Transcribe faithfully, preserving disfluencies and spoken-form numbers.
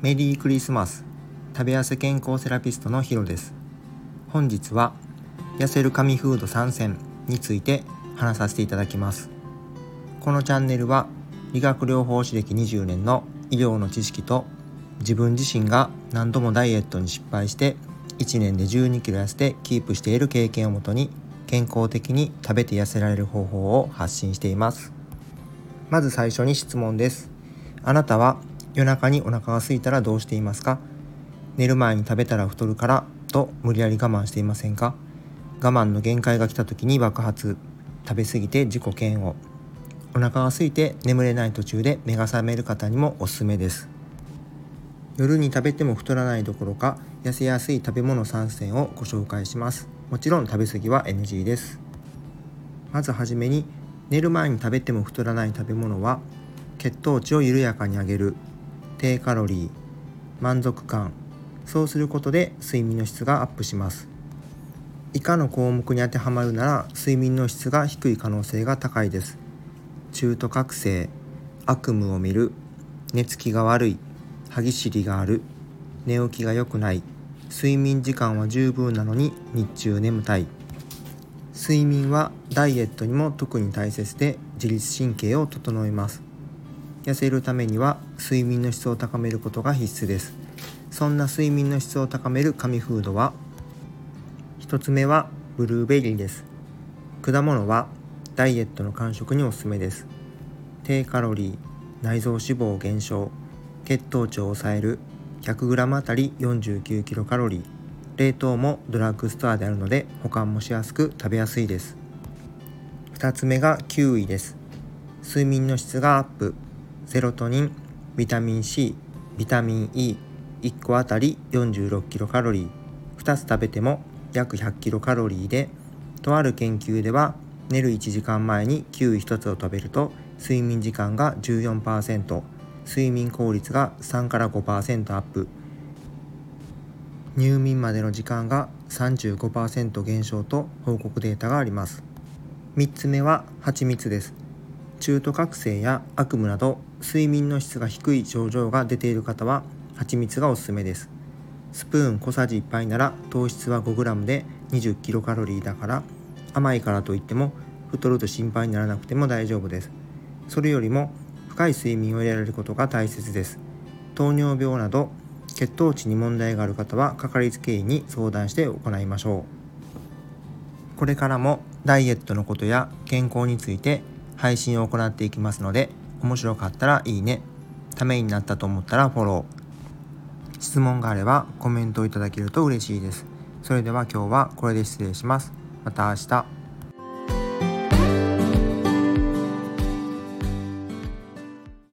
メリークリスマス。食べ痩せ健康セラピストのヒロです。本日は痩せる神フードさん選について話させていただきます。このチャンネルは理学療法士歴にじゅうねんの医療の知識と自分自身が何度もダイエットに失敗していちねんでじゅうにキロ痩せてキープしている経験をもとに健康的に食べて痩せられる方法を発信しています。まず最初に質問です。あなたは夜中にお腹が空いたらどうしていますか？寝る前に食べたら太るからと無理やり我慢していませんか？我慢の限界が来た時に爆発、食べ過ぎて自己嫌悪、お腹が空いて眠れない途中で目が覚める方にもおすすめです。夜に食べても太らないどころか痩せやすい食べ物さん選をご紹介します。もちろん食べ過ぎは エヌジー です。まずはじめに、寝る前に食べても太らない食べ物は血糖値を緩やかに上げる、低カロリー、満足感、そうすることで睡眠の質がアップします。以下の項目に当てはまるなら睡眠の質が低い可能性が高いです。中途覚醒、悪夢を見る、寝つきが悪い、歯ぎしりがある、寝起きが良くない、睡眠時間は十分なのに日中眠たい。睡眠はダイエットにも特に大切で自律神経を整えます。痩せるためには睡眠の質を高めることが必須です。そんな睡眠の質を高める神フードは、一つ目はブルーベリーです。果物はダイエットの間食におすすめです。低カロリー、内臓脂肪減少、血糖値を抑える、ひゃくグラム あたりよんじゅうきゅうキロカロリー、冷凍もドラッグストアであるので保管もしやすく食べやすいです。二つ目がキウイです。睡眠の質がアップ、セロトニン、ビタミン C、ビタミン E、いっこあたりよんじゅうろくキロカロリー、ふたつ食べても約ひゃくキロカロリーで、とある研究では寝るいちじかんまえにキウイひとつを食べると睡眠時間が じゅうよんパーセント、睡眠効率がさんからごパーセントアップ、入眠までの時間が さんじゅうごパーセント 減少と報告データがあります。みっつめは蜂蜜です。中途覚醒や悪夢など睡眠の質が低い症状が出ている方は蜂蜜がおすすめです。スプーン小さじいっぱいなら糖質は ごグラム でにじゅうキロカロリーだから、甘いからといっても太ると心配にならなくても大丈夫です。それよりも深い睡眠を得られることが大切です。糖尿病など血糖値に問題がある方はかかりつけ医に相談して行いましょう。これからもダイエットのことや健康について配信を行っていきますので、面白かったらいいね、ためになったと思ったらフォロー、質問があればコメントをいただけると嬉しいです。それでは今日はこれで失礼します。また明日。